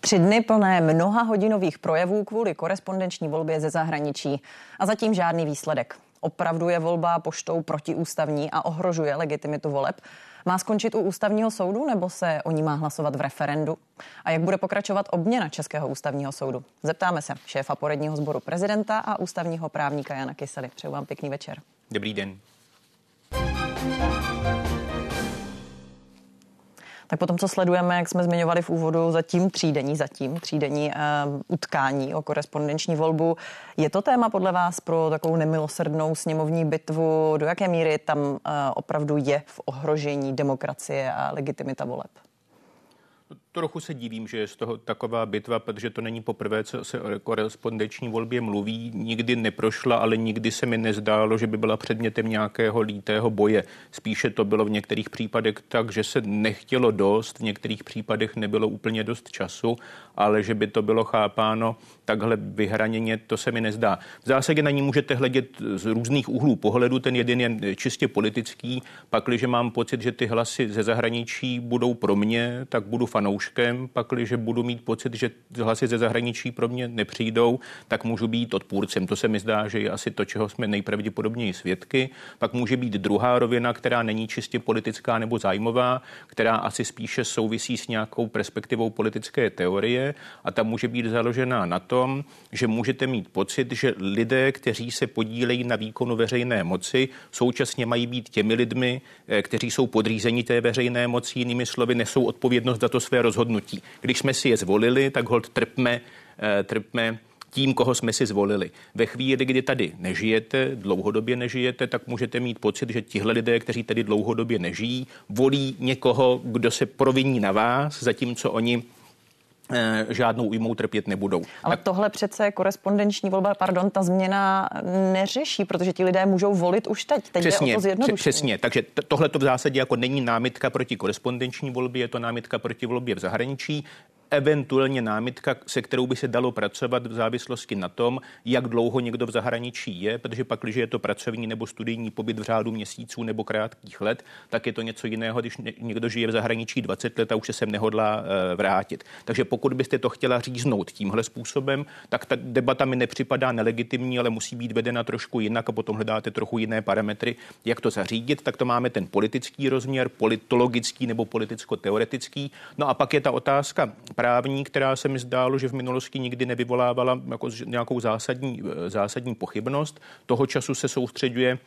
3 dny plné mnohahodinových projevů kvůli korespondenční volbě ze zahraničí. A zatím žádný výsledek. Opravdu je volba poštou protiústavní a ohrožuje legitimitu voleb? Má skončit u ústavního soudu, nebo se o ní má hlasovat v referendu? A jak bude pokračovat obměna Českého ústavního soudu? Zeptáme se šéfa poradního sboru prezidenta a ústavního právníka Jana Kysely. Přeju vám pěkný večer. Dobrý den. Tak potom, co sledujeme, jak jsme zmiňovali v úvodu, zatím třídenní utkání o korespondenční volbu. Je to téma podle vás pro takovou nemilosrdnou sněmovní bitvu? Do jaké míry tam opravdu je v ohrožení demokracie a legitimita voleb? Trochu se divím, že je z toho taková bitva, protože to není poprvé, co se o korespondenční volbě mluví. Nikdy neprošla, ale nikdy se mi nezdálo, že by byla předmětem nějakého lítého boje. Spíše to bylo v některých případech tak, že se nechtělo dost, v některých případech nebylo úplně dost času, ale že by to bylo chápáno takhle vyhraněně, to se mi nezdá. V zásadě na ní můžete hledět z různých úhlů pohledu. Ten jeden je čistě politický. Pakliže mám pocit, že ty hlasy ze zahraničí budou pro mě, tak budu fanouškem. Pakliže budu mít pocit, že hlasy ze zahraničí pro mě nepřijdou, tak můžu být odpůrcem. To se mi zdá, že je asi to, čeho jsme nejpravděpodobněji svědky. Pak může být druhá rovina, která není čistě politická nebo zájmová, která asi spíše souvisí s nějakou perspektivou politické teorie, a ta může být založená na tom, že můžete mít pocit, že lidé, kteří se podílejí na výkonu veřejné moci, současně mají být těmi lidmi, kteří jsou podřízeni té veřejné moci, jinými slovy nesou odpovědnost za to své rozhodnutí. Když jsme si je zvolili, tak holt trpme tím, koho jsme si zvolili. Ve chvíli, kdy tady nežijete, dlouhodobě nežijete, tak můžete mít pocit, že tihle lidé, kteří tady dlouhodobě nežijí, volí někoho, kdo se proviní na vás, zatímco oni žádnou újmou trpět nebudou. Ale tak tohle přece korespondenční volba, ta změna neřeší, protože ti lidé můžou volit už teď. Teď jde o to zjednodušení. Přesně, takže tohle to v zásadě jako není námitka proti korespondenční volbě, je to námitka proti volbě v zahraničí. Eventuálně námitka, se kterou by se dalo pracovat v závislosti na tom, jak dlouho někdo v zahraničí je, protože pak, když je to pracovní nebo studijní pobyt v řádu měsíců nebo krátkých let, tak je to něco jiného, když někdo žije v zahraničí 20 let a už se sem nehodlá vrátit. Takže pokud byste to chtěla říznout tímhle způsobem, tak ta debata mi nepřipadá nelegitimní, ale musí být vedena trošku jinak a potom hledáte trochu jiné parametry, jak to zařídit. Tak to máme ten politický rozměr, politologický nebo politicko-teoretický. No a pak je ta otázka právní, která se mi zdálo, že v minulosti nikdy nevyvolávala jako nějakou zásadní pochybnost. Toho času se soustřeďuje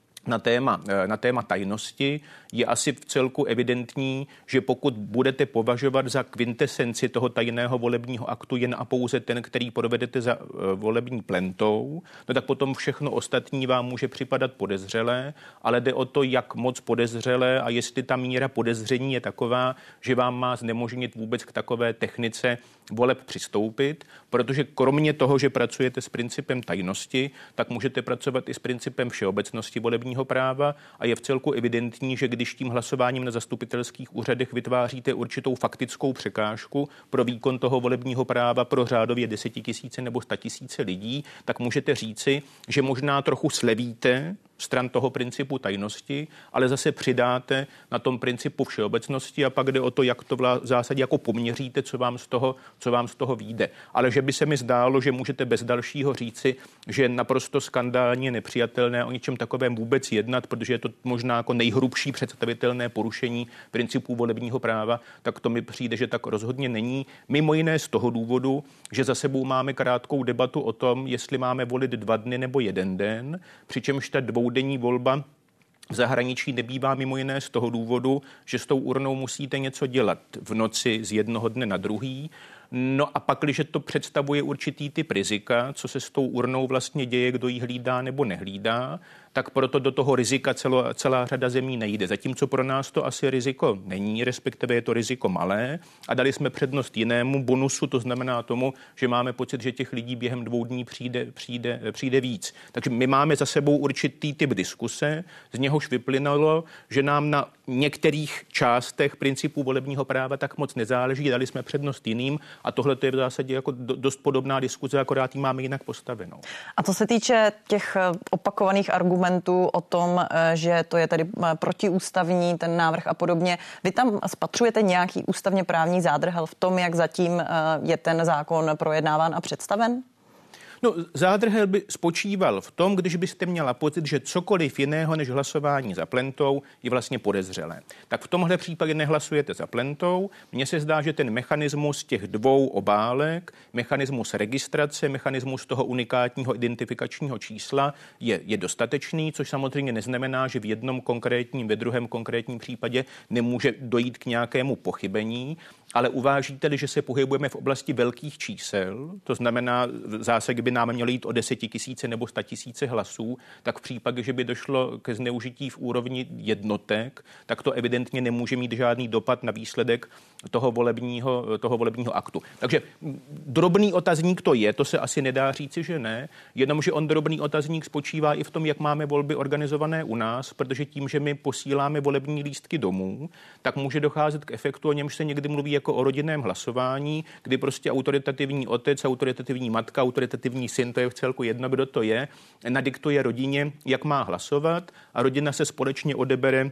na téma tajnosti. Je asi v celku evidentní, že pokud budete považovat za kvintesenci toho tajného volebního aktu jen a pouze ten, který provedete za volební plentou, no tak potom všechno ostatní vám může připadat podezřelé, ale jde o to, jak moc podezřelé a jestli ta míra podezření je taková, že vám má znemožnit vůbec k takové technice voleb přistoupit, protože kromě toho, že pracujete s principem tajnosti, tak můžete pracovat i s principem všeobecnosti volebního práva a je v celku evidentní, že když tím hlasováním na zastupitelských úřadech vytváříte určitou faktickou překážku pro výkon toho volebního práva pro řádově 10 000 nebo 100 000 lidí, tak můžete říci, že možná trochu slevíte stran toho principu tajnosti, ale zase přidáte na tom principu všeobecnosti a pak jde o to, jak to v zásadě jako poměříte, co vám z toho vyjde. Ale že by se mi zdálo, že můžete bez dalšího říci, že je naprosto skandálně nepřijatelné o něčem takovém vůbec jednat, protože je to možná jako nejhrubší představitelné porušení principů volebního práva, tak to mi přijde, že tak rozhodně není. Mimo jiné z toho důvodu, že za sebou máme krátkou debatu o tom, jestli máme volit 2 dny nebo 1 den, přičemž ta dvoudenní volba v zahraničí nebývá mimo jiné z toho důvodu, že s tou urnou musíte něco dělat v noci z jednoho dne na druhý. No a pak, když to představuje určitý typ rizika, co se s tou urnou vlastně děje, kdo ji hlídá nebo nehlídá, tak proto do toho rizika celá řada zemí nejde. Zatímco pro nás to asi riziko není, respektive je to riziko malé a dali jsme přednost jinému bonusu, to znamená tomu, že máme pocit, že těch lidí během 2 dní přijde víc. Takže my máme za sebou určitý typ diskuse, z něhož vyplynulo, že nám na některých částech principů volebního práva tak moc nezáleží, dali jsme přednost jiným a tohle je v zásadě jako dost podobná diskuze, akorát ji máme jinak postavenou. A co se týče těch opakovaných argumentů argumentů o tom, že to je tedy protiústavní ten návrh a podobně. Vy tam spatřujete nějaký ústavně právní zádrhel v tom, jak zatím je ten zákon projednáván a představen? No, zádrhel by spočíval v tom, když byste měla pocit, že cokoliv jiného než hlasování za plentou je vlastně podezřelé. Tak v tomhle případě nehlasujete za plentou. Mně se zdá, že ten mechanismus těch dvou obálek, mechanismus registrace, mechanismus toho unikátního identifikačního čísla je dostatečný, což samozřejmě neznamená, že v jednom konkrétním, ve druhém konkrétním případě nemůže dojít k nějakému pochybení. Ale uvážíte-li, že se pohybujeme v oblasti velkých čísel, to znamená v zásadě by nám mělo jít o 10 000 nebo 100 000 hlasů, tak v případě, že by došlo ke zneužití v úrovni jednotek, tak to evidentně nemůže mít žádný dopad na výsledek toho volebního aktu. Takže drobný otazník to je, to se asi nedá říci, že ne, jenomže on drobný otazník spočívá i v tom, jak máme volby organizované u nás, protože tím, že my posíláme volební lístky domů, tak může docházet k efektu, o němž se někdy mluví jako o rodinném hlasování, kdy prostě autoritativní otec, autoritativní matka, autoritativní syn, to je v celku jedno, kdo to je, nadiktuje rodině, jak má hlasovat a rodina se společně odebere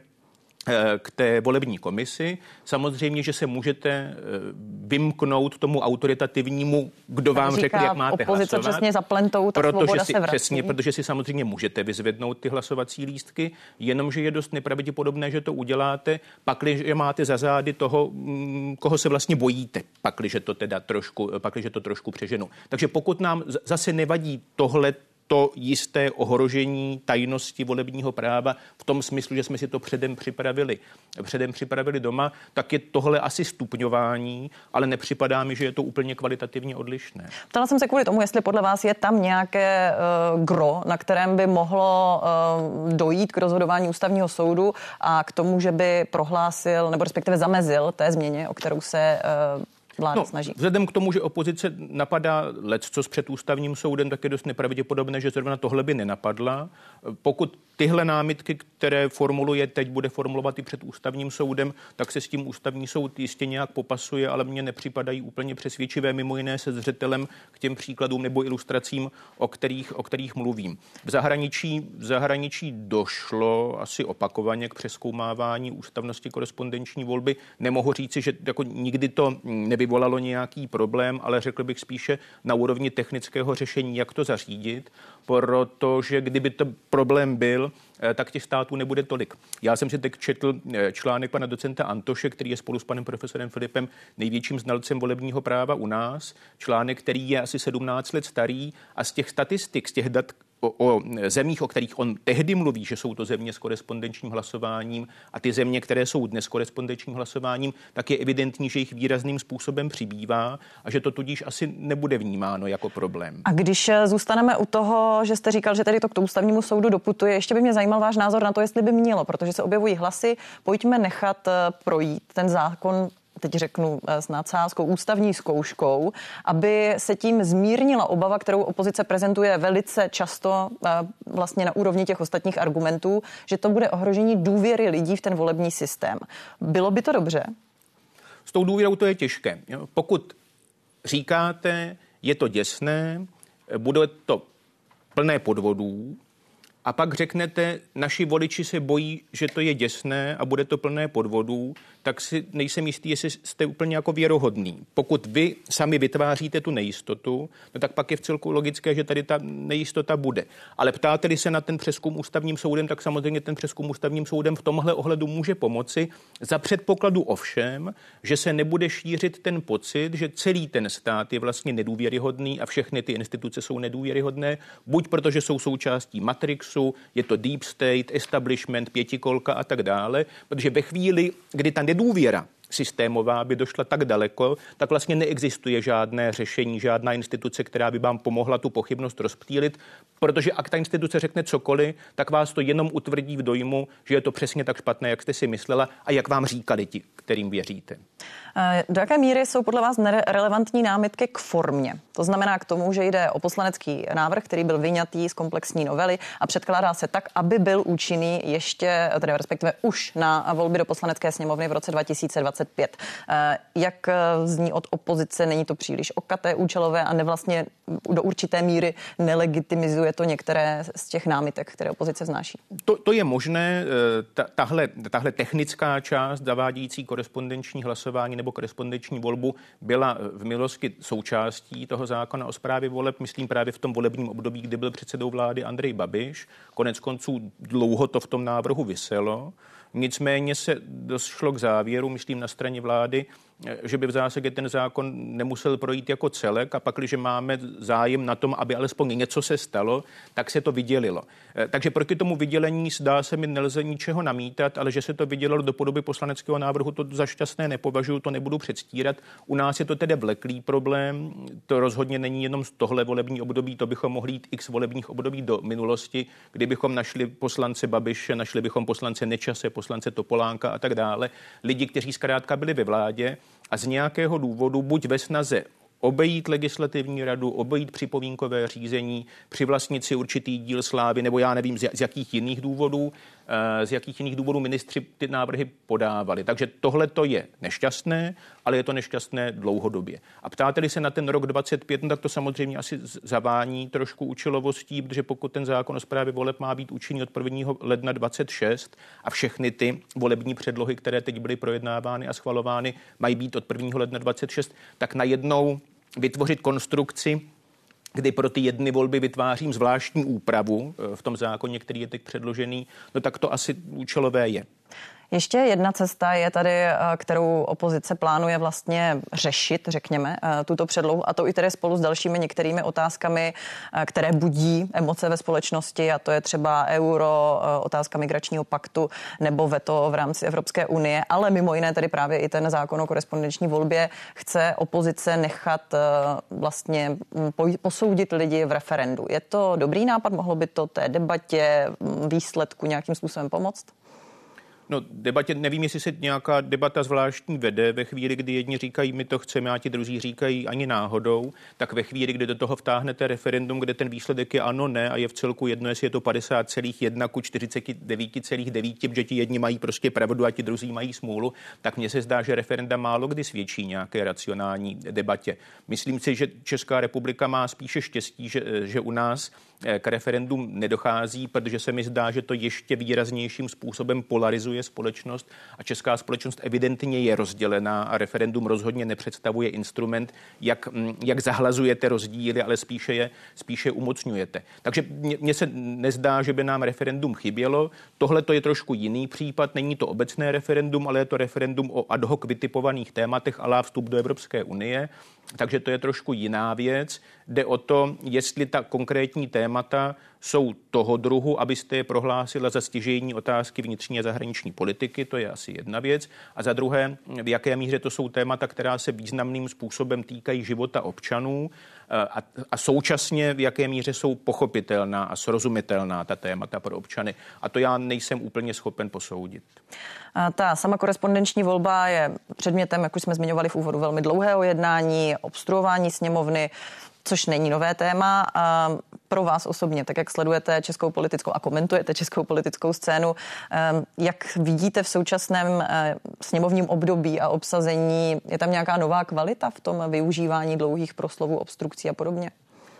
k té volební komisi. Samozřejmě, že se můžete vymknout tomu autoritativnímu, kdo vám řekne, jak máte hlasovat. Přesně za plentou, ta svoboda se vrací. Přesně, protože si samozřejmě můžete vyzvednout ty hlasovací lístky, jenomže je dost nepravděpodobné, že to uděláte, pakliže máte za zády toho, koho se vlastně bojíte, pakliže to trošku přeženu. Takže pokud nám zase nevadí to jisté ohrožení tajnosti volebního práva v tom smyslu, že jsme si to předem připravili doma, tak je tohle asi stupňování, ale nepřipadá mi, že je to úplně kvalitativně odlišné. Ptala jsem se kvůli tomu, jestli podle vás je tam nějaké gro, na kterém by mohlo dojít k rozhodování ústavního soudu a k tomu, že by prohlásil nebo respektive zamezil té změně, o kterou se vláda snaží. Vzhledem k tomu, že opozice napadá leccos před ústavním soudem, tak je dost nepravděpodobné, že zrovna tohle by nenapadla. Pokud tyhle námitky, které formuluje teď, bude formulovat i před ústavním soudem, tak se s tím ústavní soud jistě nějak popasuje, ale mně nepřipadají úplně přesvědčivé, mimo jiné se zřetelem k těm příkladům nebo ilustracím, o kterých mluvím. V zahraničí došlo asi opakovaně k přezkoumávání ústavnosti korespondenční volby. Nemohu říci, že jako nikdy to nevyvolalo nějaký problém, ale řekl bych spíše na úrovni technického řešení, jak to zařídit, protože kdyby to problém byl, tak těch států nebude tolik. Já jsem si teď četl článek pana docenta Antoše, který je spolu s panem profesorem Filipem největším znalcem volebního práva u nás. Článek, který je asi 17 let starý a z těch statistik, z těch dat o zemích, o kterých on tehdy mluví, že jsou to země s korespondenčním hlasováním a ty země, které jsou dnes korespondenčním hlasováním, tak je evidentní, že jich výrazným způsobem přibývá a že to tudíž asi nebude vnímáno jako problém. A když zůstaneme u toho, že jste říkal, že tady to k ústavnímu soudu doputuje, ještě by mě zajímal váš názor na to, jestli by mělo, protože se objevují hlasy, pojďme nechat projít ten zákon, teď řeknu s nadsázkou, ústavní zkouškou, aby se tím zmírnila obava, kterou opozice prezentuje velice často vlastně na úrovni těch ostatních argumentů, že to bude ohrožení důvěry lidí v ten volební systém. Bylo by to dobře? S tou důvěrou to je těžké. Pokud říkáte, je to děsné, bude to plné podvodů, a pak řeknete, naši voliči se bojí, že to je děsné a bude to plné podvodů, tak si nejsem jistý, jestli jste úplně jako věrohodný. Pokud vy sami vytváříte tu nejistotu, no tak pak je v celku logické, že tady ta nejistota bude. Ale ptáte-li se na ten přezkum ústavním soudem, tak samozřejmě ten přezkum ústavním soudem v tomhle ohledu může pomoci za předpokladu ovšem, že se nebude šířit ten pocit, že celý ten stát je vlastně nedůvěryhodný a všechny ty instituce jsou nedůvěryhodné, buď protože jsou součástí Matrixu, je to deep state, establishment, pětikolka a tak dále, protože ve chvíli, kdy ta nedůvěra systémová by došla tak daleko, tak vlastně neexistuje žádné řešení, žádná instituce, která by vám pomohla tu pochybnost rozptýlit, protože ak ta instituce řekne cokoliv, tak vás to jenom utvrdí v dojmu, že je to přesně tak špatné, jak jste si myslela a jak vám říkali ti, kterým věříte. Do jaké míry jsou podle vás relevantní námitky k formě? To znamená k tomu, že jde o poslanecký návrh, který byl vyňatý z komplexní novely a předkládá se tak, aby byl účinný ještě, tedy respektive už na volby do poslanecké sněmovny v roce 2024. 25. Jak zní od opozice, není to příliš okaté, účelové a vlastně do určité míry nelegitimizuje to některé z těch námitek, které opozice vznáší? To je možné. Tahle technická část zavádějící korespondenční hlasování nebo korespondenční volbu byla v minulosti součástí toho zákona o správě voleb, myslím právě v tom volebním období, kdy byl předsedou vlády Andrej Babiš. Konec konců dlouho to v tom návrhu viselo. Nicméně se došlo k závěru, myslím na straně vlády, že by v zásadě ten zákon nemusel projít jako celek a pak, když máme zájem na tom, aby alespoň něco se stalo, tak se to vydělilo. Takže proti tomu vydělení zdá se mi nelze ničeho namítat, ale že se to vydělilo do podoby poslaneckého návrhu, to za šťastné nepovažuji, to nebudu předstírat. U nás je to tedy vleklý problém, to rozhodně není jenom z tohle volební období, to bychom mohli jít x volebních období do minulosti, kdybychom našli poslance Babiše, našli bychom poslance Nečase, poslance Topolánka a tak dále, lidi, kteří zkrátka byli ve vládě a z nějakého důvodu buď ve snaze obejít legislativní radu, obejít připomínkové řízení, přivlastnit si určitý díl slávy, nebo já nevím, z jakých jiných důvodů ministři ty návrhy podávali. Takže tohle to je nešťastné, ale je to nešťastné dlouhodobě. A ptáte-li se na ten rok 25, tak to samozřejmě asi zavání trošku účelovostí, protože pokud ten zákon o správě voleb má být účinný od 1. ledna 26 a všechny ty volební předlohy, které teď byly projednávány a schvalovány, mají být od 1. ledna 26, tak najednou vytvořit konstrukci, kdy pro ty jedny volby vytvářím zvláštní úpravu v tom zákoně, který je teď předložený, no tak to asi účelové je. Ještě jedna cesta je tady, kterou opozice plánuje vlastně řešit, řekněme, tuto předlohu, a to i tedy spolu s dalšími některými otázkami, které budí emoce ve společnosti, a to je třeba euro, otázka migračního paktu nebo veto v rámci Evropské unie, ale mimo jiné tedy právě i ten zákon o korespondenční volbě chce opozice nechat vlastně posoudit lidi v referendu. Je to dobrý nápad? Mohlo by to té debatě, výsledku nějakým způsobem pomoct? No, debatě, nevím, jestli se nějaká debata zvláštní vede ve chvíli, kdy jedni říkají, my to chceme, a ti druzí říkají ani náhodou, tak ve chvíli, kdy do toho vtáhnete referendum, kde ten výsledek je ano, ne a je v celku jedno, jestli je to 50,1 ku 49,9, protože ti jedni mají prostě pravdu a ti druzí mají smůlu, tak mně se zdá, že referenda málo kdy svědčí nějaké racionální debatě. Myslím si, že Česká republika má spíše štěstí, že u nás k referendum nedochází, protože se mi zdá, že to ještě výraznějším způsobem polarizuje společnost a česká společnost evidentně je rozdělená a referendum rozhodně nepředstavuje instrument, jak zahlazujete rozdíly, ale spíše umocňujete. Takže mně se nezdá, že by nám referendum chybělo. Tohle to je trošku jiný případ, není to obecné referendum, ale je to referendum o ad hoc vytipovaných tématech a vstup do Evropské unie. Takže to je trošku jiná věc. Jde o to, jestli ta konkrétní témata jsou toho druhu, abyste je prohlásila za stěžejní otázky vnitřní a zahraniční politiky, to je asi jedna věc. A za druhé, v jaké míře to jsou témata, která se významným způsobem týkají života občanů a současně v jaké míře jsou pochopitelná a srozumitelná ta témata pro občany. A to já nejsem úplně schopen posoudit. Ta sama korespondenční volba je předmětem, jak už jsme zmiňovali v úvodu, velmi dlouhého jednání, obstruování sněmovny, což není nové téma. Pro vás osobně, tak jak sledujete českou politickou a komentujete českou politickou scénu, jak vidíte v současném sněmovním období a obsazení, je tam nějaká nová kvalita v tom využívání dlouhých proslovů, obstrukcí a podobně?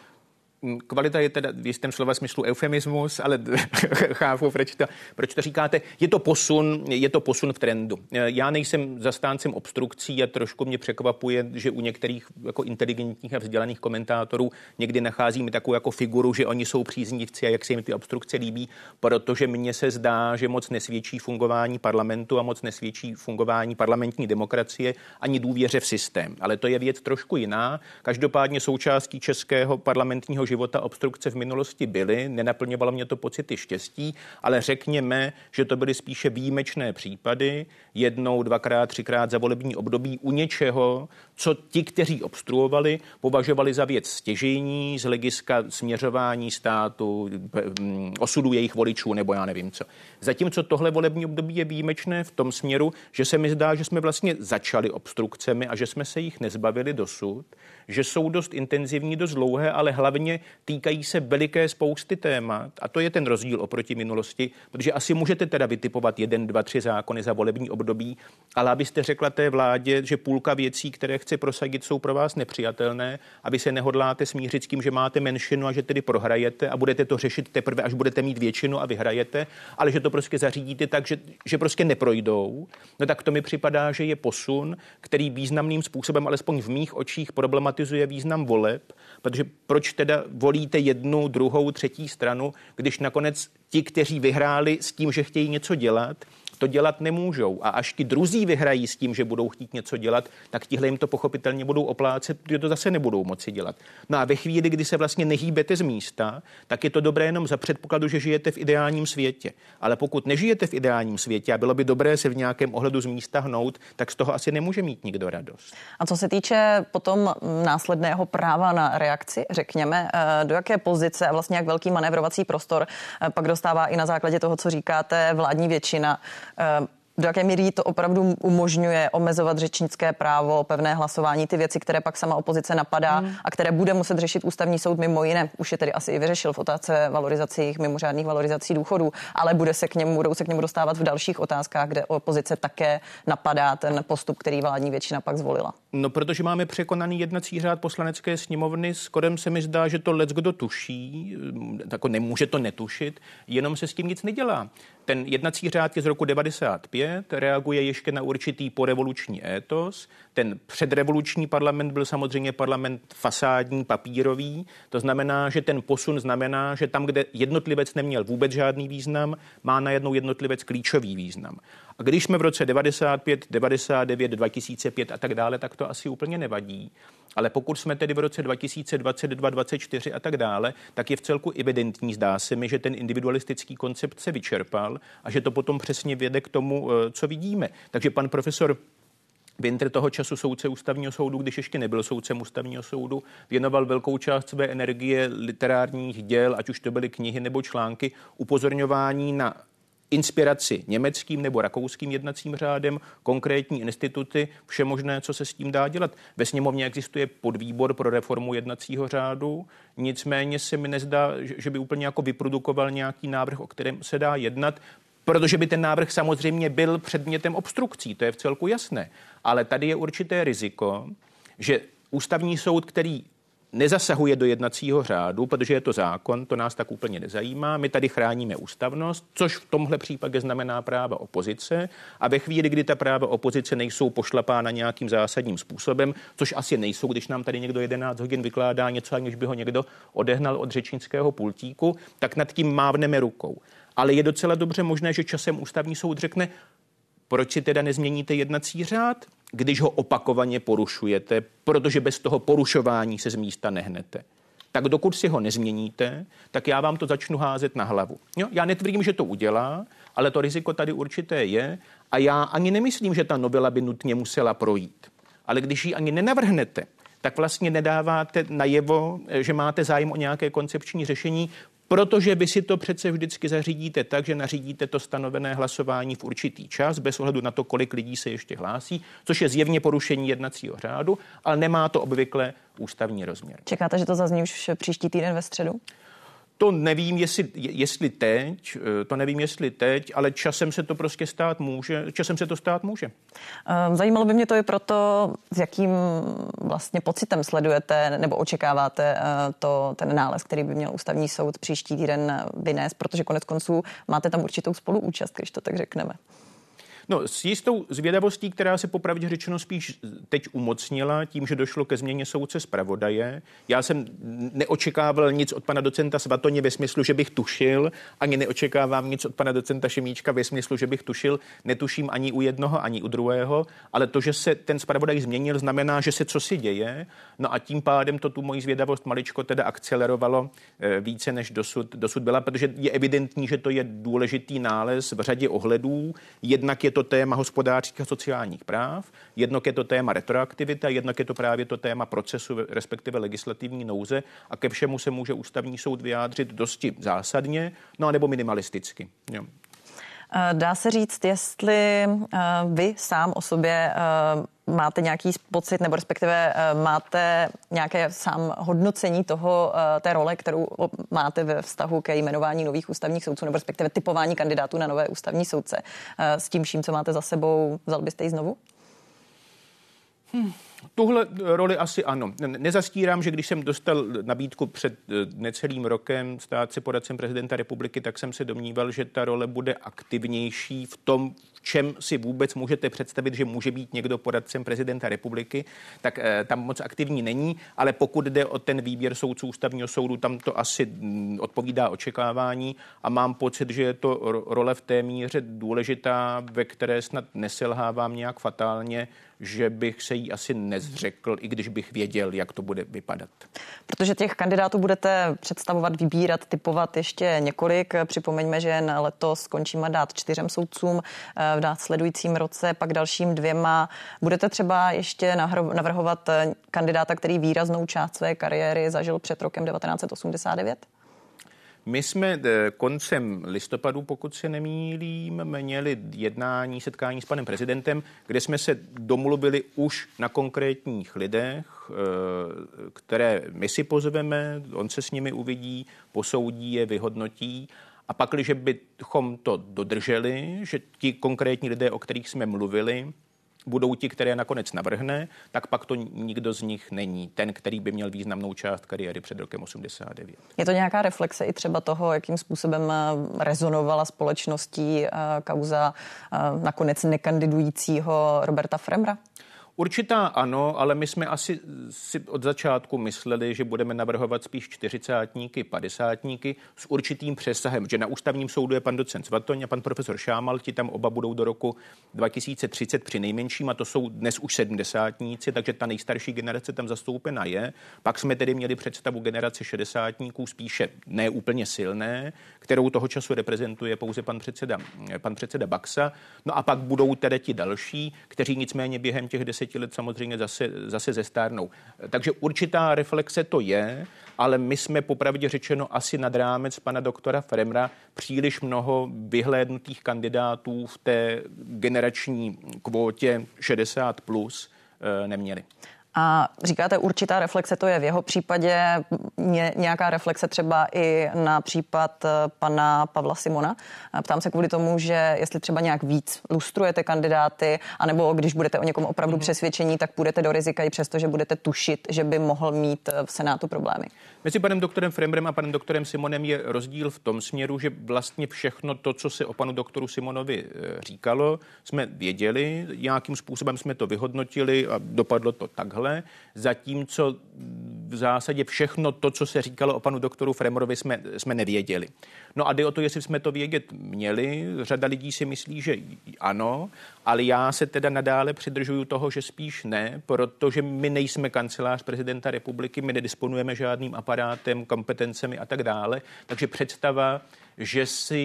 Kvalita je teda v jistém slova smyslu eufemismus, ale chápu, proč to říkáte. Je to posun v trendu. Já nejsem zastáncem obstrukcí a trošku mě překvapuje, že u některých jako inteligentních a vzdělaných komentátorů někdy nacházíme takovou jako figuru, že oni jsou příznivci a jak se jim ty obstrukce líbí, protože mně se zdá, že moc nesvědčí fungování parlamentu a moc nesvědčí fungování parlamentní demokracie ani důvěře v systém. Ale to je věc trošku jiná. Každopádně součástí českého parlamentního života obstrukce v minulosti byly, nenaplňovalo mě to pocity štěstí, ale řekněme, že to byly spíše výjimečné případy, jednou, dvakrát, třikrát za volební období u něčeho, co ti, kteří obstruovali, považovali za věc stěžejní z hlediska směřování státu, osudu jejich voličů nebo já nevím co. Zatímco tohle volební období je výjimečné v tom směru, že se mi zdá, že jsme vlastně začali obstrukcemi a že jsme se jich nezbavili dosud, že jsou dost intenzivní, dost dlouhé, ale hlavně samozřejmě týkají se veliké spousty témat a to je ten rozdíl oproti minulosti, protože asi můžete teda vytipovat 1, 2, 3 zákony za volební období, ale abyste řekla té vládě, že půlka věcí, které chce prosadit, jsou pro vás nepřijatelné, aby se nehodláte smířit s tím, že máte menšinu a že tedy prohrajete a budete to řešit teprve, až budete mít většinu a vyhrajete, ale že to prostě zařídíte tak, že prostě neprojdou, no tak to mi připadá, že je posun, který významným způsobem, alespoň v mých očích, problematizuje význam voleb, protože proč teda volíte jednu, druhou, třetí stranu, když nakonec ti, kteří vyhráli s tím, že chtějí něco dělat, to dělat nemůžou. A až ti druzí vyhrají s tím, že budou chtít něco dělat, tak tihle jim to pochopitelně budou oplácet, protože to zase nebudou moci dělat. No a ve chvíli, kdy se vlastně nehýbete z místa, tak je to dobré jenom za předpokladu, že žijete v ideálním světě. Ale pokud nežijete v ideálním světě a bylo by dobré se v nějakém ohledu z místa hnout, tak z toho asi nemůže mít nikdo radost. A co se týče potom následného práva na reakci, řekněme, do jaké pozice a vlastně jak velký manévrovací prostor pak dostává i na základě toho, co říkáte, vládní většina, do jaké míry to opravdu umožňuje omezovat řečnické právo, pevné hlasování, ty věci, které pak sama opozice napadá a které bude muset řešit ústavní soud mimo jiné. Už je tedy asi i vyřešil v otázce valorizací, mimořádných valorizací důchodů, ale budou se k němu dostávat v dalších otázkách, kde opozice také napadá ten postup, který vládní většina pak zvolila. No, protože máme překonaný jednací řád Poslanecké sněmovny, skorem se mi zdá, že to leckdo tuší, jako nemůže to netušit, jenom se s tím nic nedělá. Ten jednací řád je z roku 95, reaguje ještě na určitý porevoluční étos. Ten předrevoluční parlament byl samozřejmě parlament fasádní, papírový. To znamená, že ten posun znamená, že tam, kde jednotlivec neměl vůbec žádný význam, má najednou jednotlivec klíčový význam. A když jsme v roce 95, 99, 2005 a tak dále, tak to asi úplně nevadí. Ale pokud jsme tedy v roce 2022, 2024 a tak dále, tak je v celku evidentní, zdá se mi, že ten individualistický koncept se vyčerpal a že to potom přesně vede k tomu, co vidíme. Takže pan profesor Winter, toho času soudce ústavního soudu, když ještě nebyl soudcem ústavního soudu, věnoval velkou část své energie literárních děl, ať už to byly knihy nebo články, upozorňování na inspiraci německým nebo rakouským jednacím řádem, konkrétní instituty, vše možné, co se s tím dá dělat. Ve sněmovně existuje podvýbor pro reformu jednacího řádu, nicméně se mi nezdá, že by úplně jako vyprodukoval nějaký návrh, o kterém se dá jednat, protože by ten návrh samozřejmě byl předmětem obstrukcí, to je v celku jasné. Ale tady je určité riziko, že ústavní soud, který nezasahuje do jednacího řádu, protože je to zákon, to nás tak úplně nezajímá. My tady chráníme ústavnost, což v tomhle případě znamená práva opozice a ve chvíli, kdy ta práva opozice nejsou pošlapána nějakým zásadním způsobem, což asi nejsou, když nám tady někdo 11 hodin vykládá něco, aniž by ho někdo odehnal od řečnického pultíku, tak nad tím mávneme rukou. Ale je docela dobře možné, že časem ústavní soud řekne, proč si teda nezměníte jednací řád, když ho opakovaně porušujete, protože bez toho porušování se z místa nehnete. Tak dokud si ho nezměníte, tak já vám to začnu házet na hlavu. Jo? Já netvrdím, že to udělá, ale to riziko tady určité je a já ani nemyslím, že ta novela by nutně musela projít. Ale když ji ani nenavrhnete, tak vlastně nedáváte najevo, že máte zájem o nějaké koncepční řešení, protože vy si to přece vždycky zařídíte tak, že nařídíte to stanovené hlasování v určitý čas, bez ohledu na to, kolik lidí se ještě hlásí, což je zjevně porušení jednacího řádu, ale nemá to obvykle ústavní rozměr. Čekáte, že to zazní už příští týden ve středu? To nevím, jestli teď, ale časem se to prostě stát může. Časem se to stát může. Zajímalo by mě to i proto, s jakým vlastně pocitem sledujete nebo očekáváte ten nález, který by měl ústavní soud příští týden vynést, protože konec konců máte tam určitou spoluúčast, když to tak řekneme. No, s jistou zvědavostí, která se popravdě řečeno spíš teď umocnila tím, že došlo ke změně soudce zpravodaje. Já jsem neočekával nic od pana docenta Svatoně ve smyslu, že bych tušil, ani neočekávám nic od pana docenta Šimíčka ve smyslu, že bych tušil, netuším ani u jednoho, ani u druhého, ale to, že se ten zpravodaj změnil, znamená, že se cosi děje, no a tím pádem to tu moji zvědavost maličko teda akcelerovalo více než dosud byla, protože je evidentní, že to je důležitý nález v řadě ohledů, jednak je to téma hospodářských a sociálních práv, jednak je to téma retroaktivita, jednak je to právě to téma procesu, respektive legislativní nouze a ke všemu se může ústavní soud vyjádřit dosti zásadně, no a nebo minimalisticky. Jo. Dá se říct, jestli vy sám o sobě máte nějaký pocit, nebo respektive máte nějaké sám hodnocení té role, kterou máte ve vztahu ke jmenování nových ústavních soudců, nebo respektive typování kandidátů na nové ústavní soudce. S tím vším, co máte za sebou, vzal byste ji znovu? Tuhle roli asi ano. Nezastírám, že když jsem dostal nabídku před necelým rokem stát se poradcem prezidenta republiky, tak jsem se domníval, že ta role bude aktivnější v tom, v čem si vůbec můžete představit, že může být někdo poradcem prezidenta republiky, tak tam moc aktivní není, ale pokud jde o ten výběr soudců ústavního soudu, tam to asi odpovídá očekávání a mám pocit, že je to role v té míře důležitá, ve které snad neselhávám nějak fatálně, že bych se jí asi nezřekl, i když bych věděl, jak to bude vypadat. Protože těch kandidátů budete představovat, vybírat, typovat ještě několik. Připomeňme, že jen letos skončí mandát 4 soudcům, v následujícím roce pak dalším 2. Budete třeba ještě navrhovat kandidáta, který výraznou část své kariéry zažil před rokem 1989? My jsme koncem listopadu, pokud se nemýlím, měli setkání s panem prezidentem, kde jsme se domluvili už na konkrétních lidech, které my si pozveme, on se s nimi uvidí, posoudí je, vyhodnotí. A pak, když bychom to dodrželi, že ti konkrétní lidé, o kterých jsme mluvili, budou ti, které nakonec navrhne, tak pak to nikdo z nich není. Ten, který by měl významnou část kariéry před rokem 89. Je to nějaká reflexe i třeba toho, jakým způsobem rezonovala společností kauza nakonec nekandidujícího Roberta Fremra? Určitá ano, ale my jsme asi si od začátku mysleli, že budeme navrhovat spíš 40, 50 s určitým přesahem, že na ústavním soudu je pan docent Svatoň a pan profesor Šámal, ti tam oba budou do roku 2030 při nejmenším a to jsou dnes už 70, takže ta nejstarší generace tam zastoupena je. Pak jsme tedy měli představu generace 60, spíše ne úplně silné, kterou toho času reprezentuje pouze pan předseda Baxa. No a pak budou tedy ti další, kteří nicméně během těch 10 let samozřejmě zase zestárnou. Takže určitá reflexe to je, ale my jsme popravdě řečeno asi nad rámec pana doktora Fremra příliš mnoho vyhlédnutých kandidátů v té generační kvótě 60+ neměli. A říkáte, určitá reflexe to je v jeho případě, nějaká reflexe třeba i na případ pana Pavla Simona. Ptám se kvůli tomu, že jestli třeba nějak víc lustrujete kandidáty, anebo když budete o někom opravdu přesvědčení, tak půjdete do rizika i přesto, že budete tušit, že by mohl mít v Senátu problémy. Mezi panem doktorem Fremrem a panem doktorem Simonem je rozdíl v tom směru, že vlastně všechno to, co se o panu doktoru Simonovi říkalo, jsme věděli, nějakým způsobem jsme to vyhodnotili a dopadlo to takhle. Zatímco v zásadě všechno to, co se říkalo o panu doktoru Fremrovi, jsme nevěděli. No a jde o to, jestli jsme to vědět měli. Řada lidí si myslí, že ano, ale já se teda nadále přidržuju toho, že spíš ne, protože my nejsme kancelář prezidenta republiky, my nedisponujeme žádným aparátem, kompetencemi a tak dále. Takže představa, že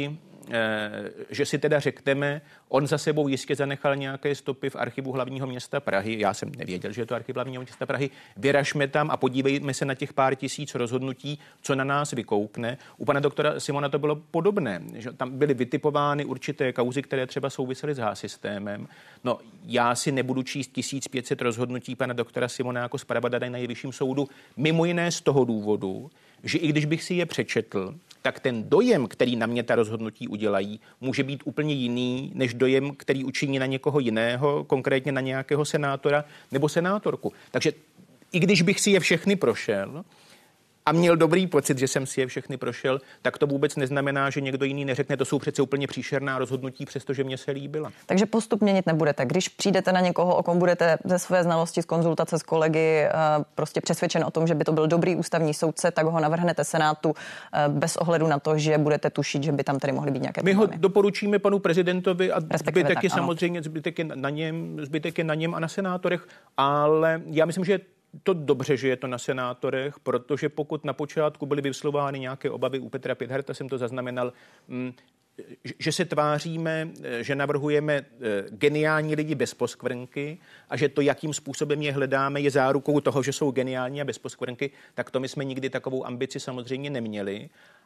si teda řekneme, on za sebou jistě zanechal nějaké stopy v archivu hlavního města Prahy. Já jsem nevěděl, že je to archiv hlavního města Prahy. Vyražme tam a podívejme se na těch pár tisíc rozhodnutí, co na nás vykoukne. U pana doktora Simona to bylo podobné, že tam byly vytipovány určité kauzy, které třeba souvisely s H-systémem. No, já si nebudu číst 1500 rozhodnutí pana doktora Simona jako zpravodaje na Nejvyšším soudu, mimo jiné z toho důvodu, že i když bych si je přečetl, tak ten dojem, který na mě ta rozhodnutí udělají, může být úplně jiný, než dojem, který učiní na někoho jiného, konkrétně na nějakého senátora nebo senátorku. Takže i když bych si je všechny prošel a měl dobrý pocit, že jsem si je všechny prošel, tak to vůbec neznamená, že někdo jiný neřekne, to jsou přece úplně příšerná rozhodnutí, přestože mě se líbila. Takže postup měnit nebudete. Když přijdete na někoho, o kom budete ze své znalosti z konzultace s kolegy prostě přesvědčen o tom, že by to byl dobrý ústavní soudce, tak ho navrhnete Senátu bez ohledu na to, že budete tušit, že by tam tady mohly být nějaké problémy. My ho doporučíme panu prezidentovi a zbytek je samozřejmě zbytek je na něm a na senátorech, ale já myslím, že to dobře, že je to na senátorech, protože pokud na počátku byly vyslovány nějaké obavy u Petra Pithardta, jsem to zaznamenal, že se tváříme, že navrhujeme geniální lidi bez poskvrnky a že to, jakým způsobem je hledáme, je zárukou toho, že jsou geniální a bez poskvrnky, tak to my jsme nikdy takovou ambici samozřejmě neměli.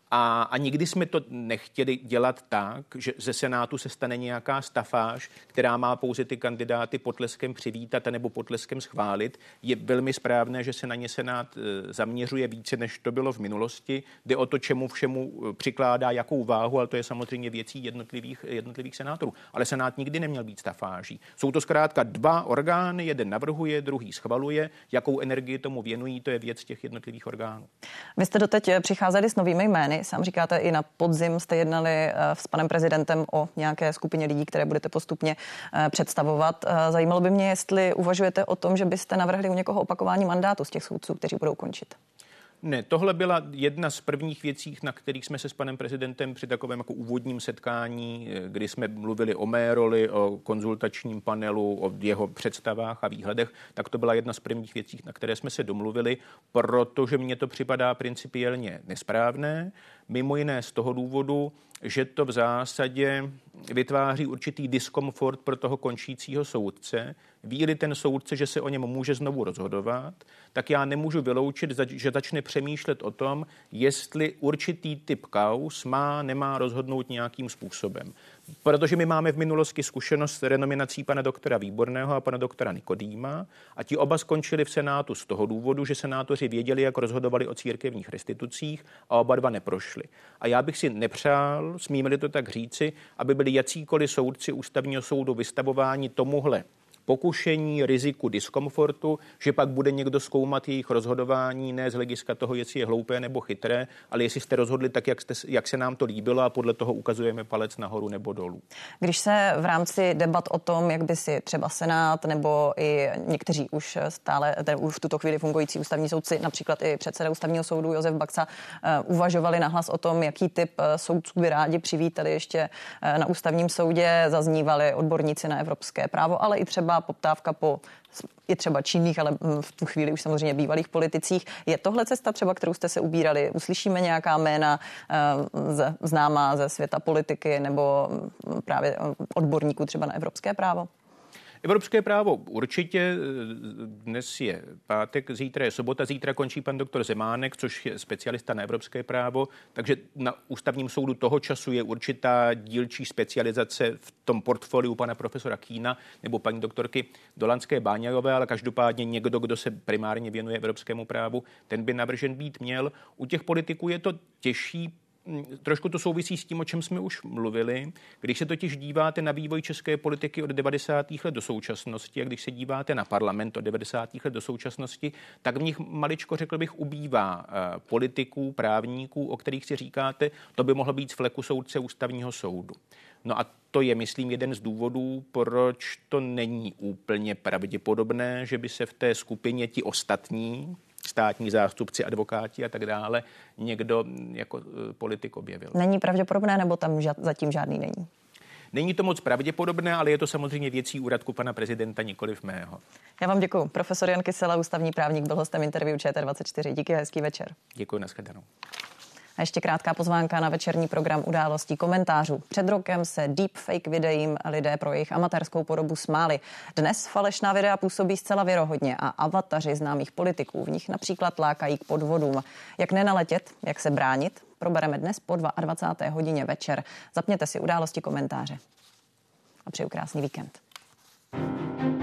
A nikdy jsme to nechtěli dělat tak, že ze Senátu se stane nějaká stafáž, která má pouze ty kandidáty potleskem přivítat nebo potleskem schválit. Je velmi správné, že se na ně Senát zaměřuje více, než to bylo v minulosti. Jde o to, čemu všemu přikládá jakou váhu, ale to je samozřejmě věcí jednotlivých senátorů. Ale Senát nikdy neměl být stafáží. Jsou to zkrátka dva orgány, jeden navrhuje, druhý schvaluje. Jakou energii tomu věnují, to je věc těch jednotlivých orgánů. Vy jste doteď přicházeli s novými jmény. Sám říkáte, i na podzim jste jednali s panem prezidentem o nějaké skupině lidí, které budete postupně představovat. Zajímalo by mě, jestli uvažujete o tom, že byste navrhli u někoho opakování mandátu z těch soudců, kteří budou končit. Ne, tohle byla jedna z prvních věcí, na kterých jsme se s panem prezidentem při takovém jako úvodním setkání, kdy jsme mluvili o mé roli, o konzultačním panelu, o jeho představách a výhledech, tak to byla jedna z prvních věcí, na které jsme se domluvili, protože mně to připadá principiálně nesprávné, mimo jiné z toho důvodu, že to v zásadě vytváří určitý diskomfort pro toho končícího soudce. Ví-li ten soudce, že se o něm může znovu rozhodovat, tak já nemůžu vyloučit, že začne přemýšlet o tom, jestli určitý typ kauz nemá rozhodnout nějakým způsobem. Protože my máme v minulosti zkušenost s renominací pana doktora Výborného a pana doktora Nikodýma a ti oba skončili v Senátu z toho důvodu, že senátoři věděli, jak rozhodovali o církevních restitucích a oba dva neprošli. A já bych si nepřál, smíme-li to tak říci, aby byli jacíkoliv soudci ústavního soudu vystavováni tomuhle pokušení, riziku, diskomfortu, že pak bude někdo zkoumat jejich rozhodování ne z hlediska toho, jestli je hloupé nebo chytré, ale jestli jste rozhodli tak, jak se nám to líbilo a podle toho ukazujeme palec nahoru nebo dolů. Když se v rámci debat o tom, jak by si třeba Senát nebo i někteří už stále, už v tuto chvíli fungující ústavní soudci, například i předseda ústavního soudu Josef Baxa, uvažovali nahlas o tom, jaký typ soudců by rádi přivítali ještě na ústavním soudě, zaznívali odborníci na evropské právo, ale i třeba poptávka po i třeba činných, ale v tu chvíli už samozřejmě bývalých politicích. Je tohle cesta třeba, kterou jste se ubírali? Uslyšíme nějaká jména známá ze světa politiky nebo právě odborníků třeba na evropské právo? Evropské právo určitě, dnes je pátek, zítra je sobota, zítra končí pan doktor Zemánek, což je specialista na evropské právo, takže na ústavním soudu toho času je určitá dílčí specializace v tom portfoliu pana profesora Kýna nebo paní doktorky Dolanské Báňajové, ale každopádně někdo, kdo se primárně věnuje evropskému právu, ten by navržen být měl. U těch politiků je to těžší. Trošku to souvisí s tím, o čem jsme už mluvili. Když se totiž díváte na vývoj české politiky od 90. let do současnosti a když se díváte na parlament od 90. let do současnosti, tak v nich maličko, řekl bych, ubývá politiků, právníků, o kterých si říkáte, to by mohlo být z fleku soudce ústavního soudu. No a to je, myslím, jeden z důvodů, proč to není úplně pravděpodobné, že by se v té skupině ti ostatní, státní zástupci, advokáti a tak dále, někdo jako politik objevil. Není pravděpodobné, nebo tam zatím žádný není? Není to moc pravděpodobné, ale je to samozřejmě věcí úradku pana prezidenta, nikoliv mého. Já vám děkuji. Profesor Jan Kysela, ústavní právník, byl hostem interview ČT24. Díky a hezký večer. Děkuji, nashledanou. A ještě krátká pozvánka na večerní program Událostí komentářů. Před rokem se deepfake videím lidé pro jejich amatérskou podobu smáli. Dnes falešná videa působí zcela věrohodně a avataři známých politiků v nich například lákají k podvodům. Jak nenaletět, jak se bránit, probereme dnes po 22. hodině večer. Zapněte si Události komentáře. A přeju krásný víkend.